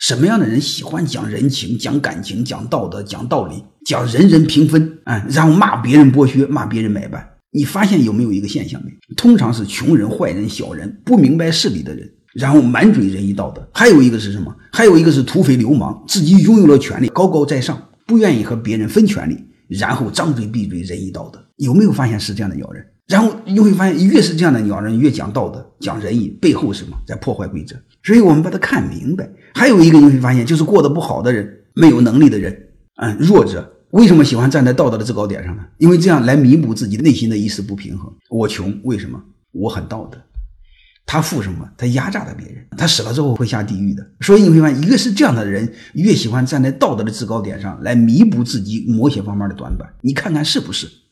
什么样的人喜欢讲人情、讲感情、讲道德、讲道理、讲人人平分，然后骂别人剥削、骂别人买办？你发现有没有一个现象没？通常是穷人、坏人、小人、不明白事理的人，然后满嘴仁义道德。还有一个是什么？还有一个是土匪流氓，自己拥有了权利，高高在上，不愿意和别人分权利，然后张嘴闭嘴仁义道德。有没有发现是这样的鸟人？然后你会发现越是这样的鸟人越讲道德讲仁义，背后是什么？在破坏规则。所以我们把它看明白。还有一个你会发现就是过得不好的人，没有能力的人，弱者为什么喜欢站在道德的制高点上呢？因为这样来弥补自己内心的一丝不平衡。我穷，为什么？我很道德。他富什么？他压榨了别人，他死了之后会下地狱的。所以你会发现越是这样的人越喜欢站在道德的制高点上来弥补自己某些方面的短板。你看看是不是？